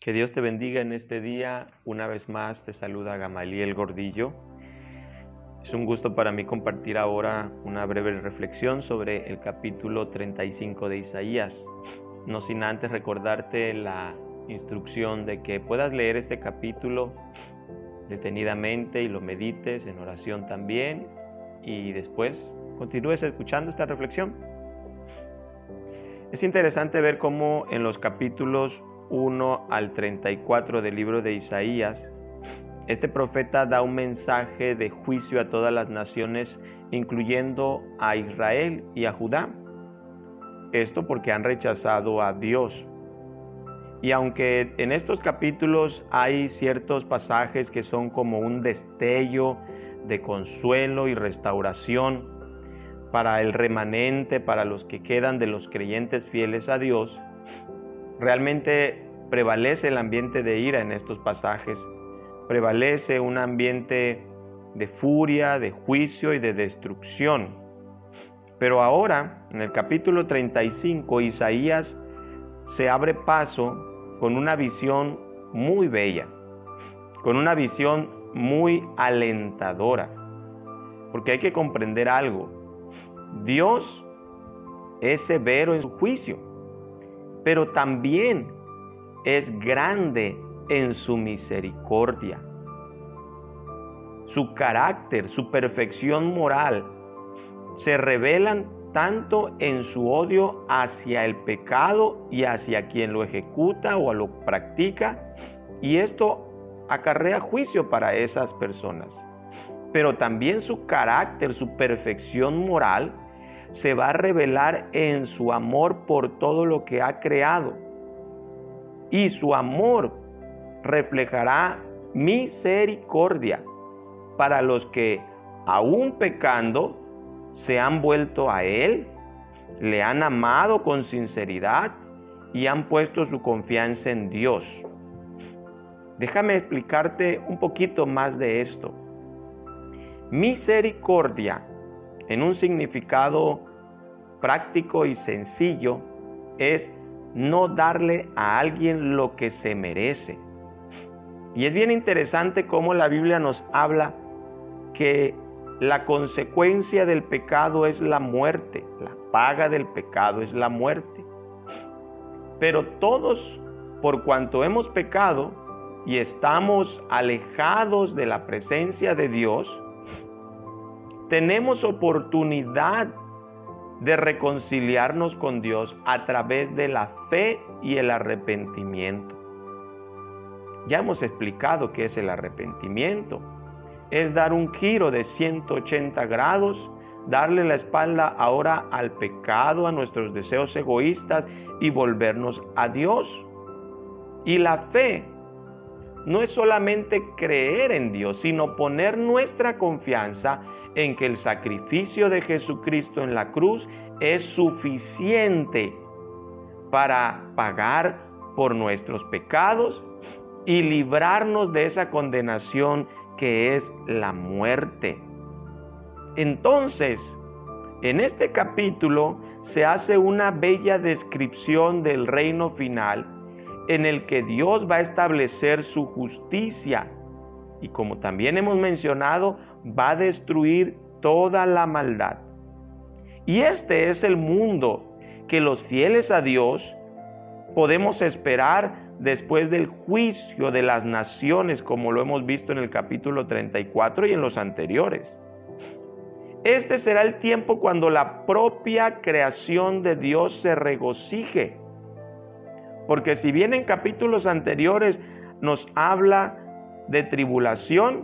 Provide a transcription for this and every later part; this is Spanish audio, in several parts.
Que Dios te bendiga en este día. Una vez más te saluda Gamaliel Gordillo. Es un gusto para mí compartir ahora una breve reflexión sobre el capítulo 35 de Isaías. No sin antes recordarte la instrucción de que puedas leer este capítulo detenidamente y lo medites en oración también, y después continúes escuchando esta reflexión. Es interesante ver cómo en los capítulos 1 al 34 del libro de Isaías, este profeta da un mensaje de juicio a todas las naciones, incluyendo a Israel y a Judá. Esto porque han rechazado a Dios. Y aunque en estos capítulos hay ciertos pasajes que son como un destello de consuelo y restauración para el remanente, para los que quedan de los creyentes fieles a Dios, realmente prevalece el ambiente de ira en estos pasajes. Prevalece un ambiente de furia, de juicio y de destrucción. Pero ahora, en el capítulo 35, Isaías se abre paso con una visión muy bella, con una visión muy alentadora. Porque hay que comprender algo. Dios es severo en su juicio, pero también es grande en su misericordia. Su carácter, su perfección moral se revelan tanto en su odio hacia el pecado y hacia quien lo ejecuta o lo practica, y esto acarrea juicio para esas personas. Pero también su carácter, su perfección moral, se va a revelar en su amor por todo lo que ha creado. Y su amor reflejará misericordia para los que, aún pecando, se han vuelto a Él, le han amado con sinceridad y han puesto su confianza en Dios. Déjame explicarte un poquito más de esto. Misericordia, en un significado práctico y sencillo, es no darle a alguien lo que se merece. Y es bien interesante cómo la Biblia nos habla que la consecuencia del pecado es la muerte, la paga del pecado es la muerte. Pero todos, por cuanto hemos pecado y estamos alejados de la presencia de Dios, tenemos oportunidad de reconciliarnos con Dios a través de la fe y el arrepentimiento. Ya hemos explicado qué es el arrepentimiento. Es dar un giro de 180 grados, darle la espalda ahora al pecado, a nuestros deseos egoístas y volvernos a Dios. Y la fe no es solamente creer en Dios, sino poner nuestra confianza en que el sacrificio de Jesucristo en la cruz es suficiente para pagar por nuestros pecados y librarnos de esa condenación que es la muerte. Entonces, en este capítulo se hace una bella descripción del reino final en el que Dios va a establecer su justicia y, como también hemos mencionado, va a destruir toda la maldad. Y este es el mundo que los fieles a Dios podemos esperar después del juicio de las naciones, como lo hemos visto en el capítulo 34 y en los anteriores. Este será el tiempo cuando la propia creación de Dios se regocije. Porque si bien en capítulos anteriores nos habla de tribulación,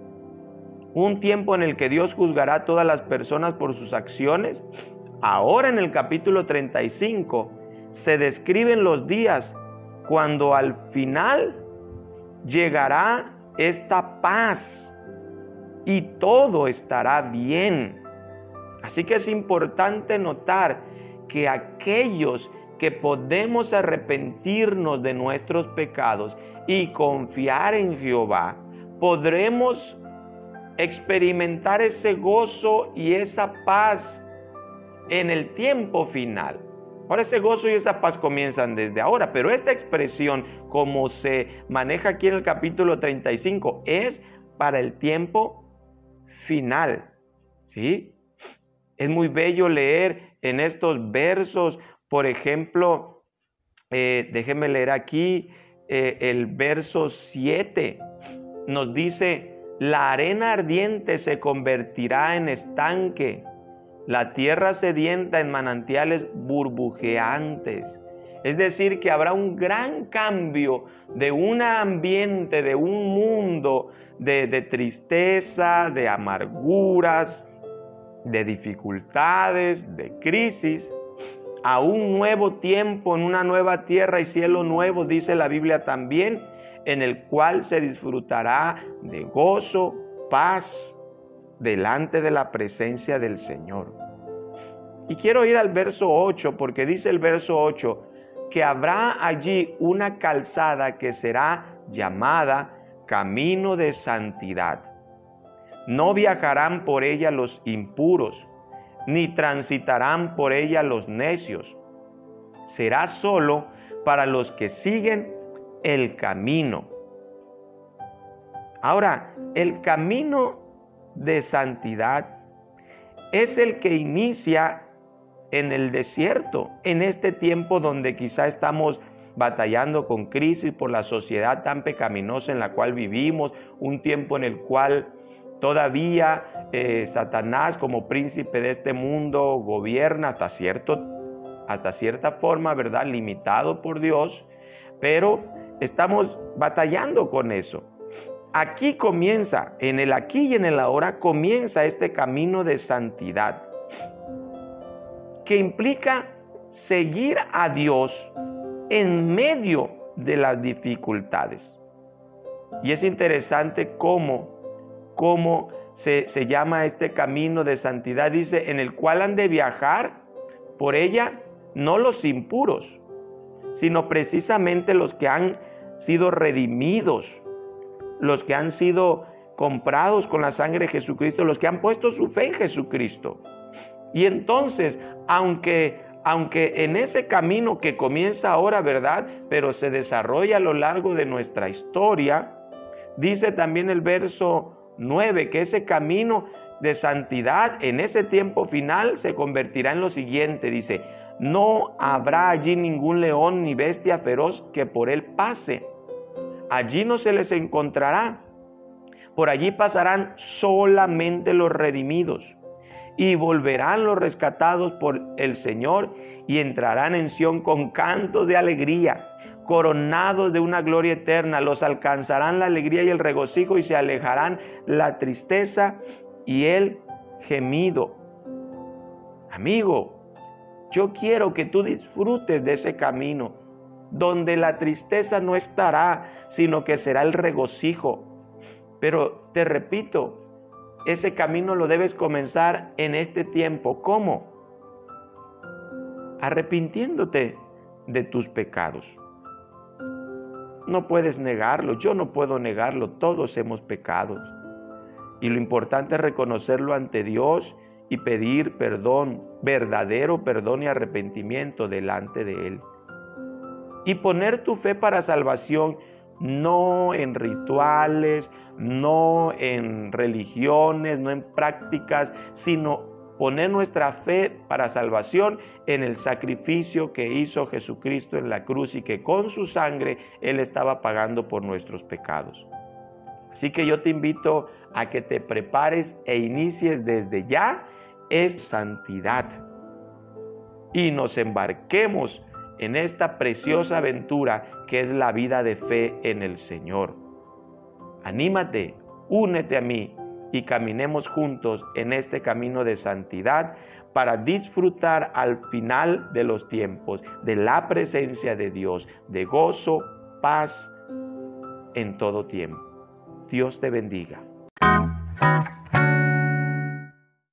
un tiempo en el que Dios juzgará a todas las personas por sus acciones, ahora en el capítulo 35 se describen los días cuando al final llegará esta paz y todo estará bien. Así que es importante notar que aquellos que podemos arrepentirnos de nuestros pecados y confiar en Jehová, podremos experimentar ese gozo y esa paz en el tiempo final. Ahora ese gozo y esa paz comienzan desde ahora, pero esta expresión, como se maneja aquí en el capítulo 35, es para el tiempo final, ¿sí? Es muy bello leer en estos versos, por ejemplo, déjenme leer aquí el verso 7, nos dice: la arena ardiente se convertirá en estanque, la tierra sedienta en manantiales burbujeantes. Es decir, que habrá un gran cambio de un ambiente, de un mundo de tristeza, de amarguras, de dificultades, de crisis, a un nuevo tiempo, en una nueva tierra y cielo nuevo, dice la Biblia también, en el cual se disfrutará de gozo, paz, delante de la presencia del Señor. Y quiero ir al verso 8, porque dice el verso 8, que habrá allí una calzada que será llamada camino de santidad. No viajarán por ella los impuros, ni transitarán por ella los necios. Será solo para los que siguen el camino. Ahora, el camino de santidad es el que inicia en el desierto, en este tiempo donde quizá estamos batallando con crisis por la sociedad tan pecaminosa en la cual vivimos, un tiempo en el cual todavía Satanás, como príncipe de este mundo, gobierna hasta cierta forma, ¿verdad? Limitado por Dios, pero estamos batallando con eso. Aquí comienza, en el aquí y en el ahora, comienza este camino de santidad, que implica seguir a Dios en medio de las dificultades. Y es interesante cómo se llama este camino de santidad. Dice, en el cual han de viajar por ella no los impuros, sino precisamente los que han sido redimidos, los que han sido comprados con la sangre de Jesucristo, los que han puesto su fe en Jesucristo. Y entonces, aunque en ese camino que comienza ahora, ¿verdad?, pero se desarrolla a lo largo de nuestra historia, dice también el verso 9, que ese camino de santidad en ese tiempo final se convertirá en lo siguiente, dice: no habrá allí ningún león ni bestia feroz que por él pase. Allí no se les encontrará. Por allí pasarán solamente los redimidos, y volverán los rescatados por el Señor, y entrarán en Sión con cantos de alegría, coronados de una gloria eterna. Los alcanzarán la alegría y el regocijo, y se alejarán la tristeza y el gemido. Amigo, yo quiero que tú disfrutes de ese camino, donde la tristeza no estará, sino que será el regocijo. Pero te repito, ese camino lo debes comenzar en este tiempo. ¿Cómo? Arrepintiéndote de tus pecados. No puedes negarlo, yo no puedo negarlo, todos hemos pecado. Y lo importante es reconocerlo ante Dios y pedir perdón, verdadero perdón y arrepentimiento delante de Él. Y poner tu fe para salvación no en rituales, no en religiones, no en prácticas, sino poner nuestra fe para salvación en el sacrificio que hizo Jesucristo en la cruz y que con su sangre Él estaba pagando por nuestros pecados. Así que yo te invito a que te prepares e inicies desde ya esta santidad y nos embarquemos en esta preciosa aventura que es la vida de fe en el Señor. Anímate, únete a mí y caminemos juntos en este camino de santidad para disfrutar al final de los tiempos de la presencia de Dios, de gozo, paz en todo tiempo. Dios te bendiga.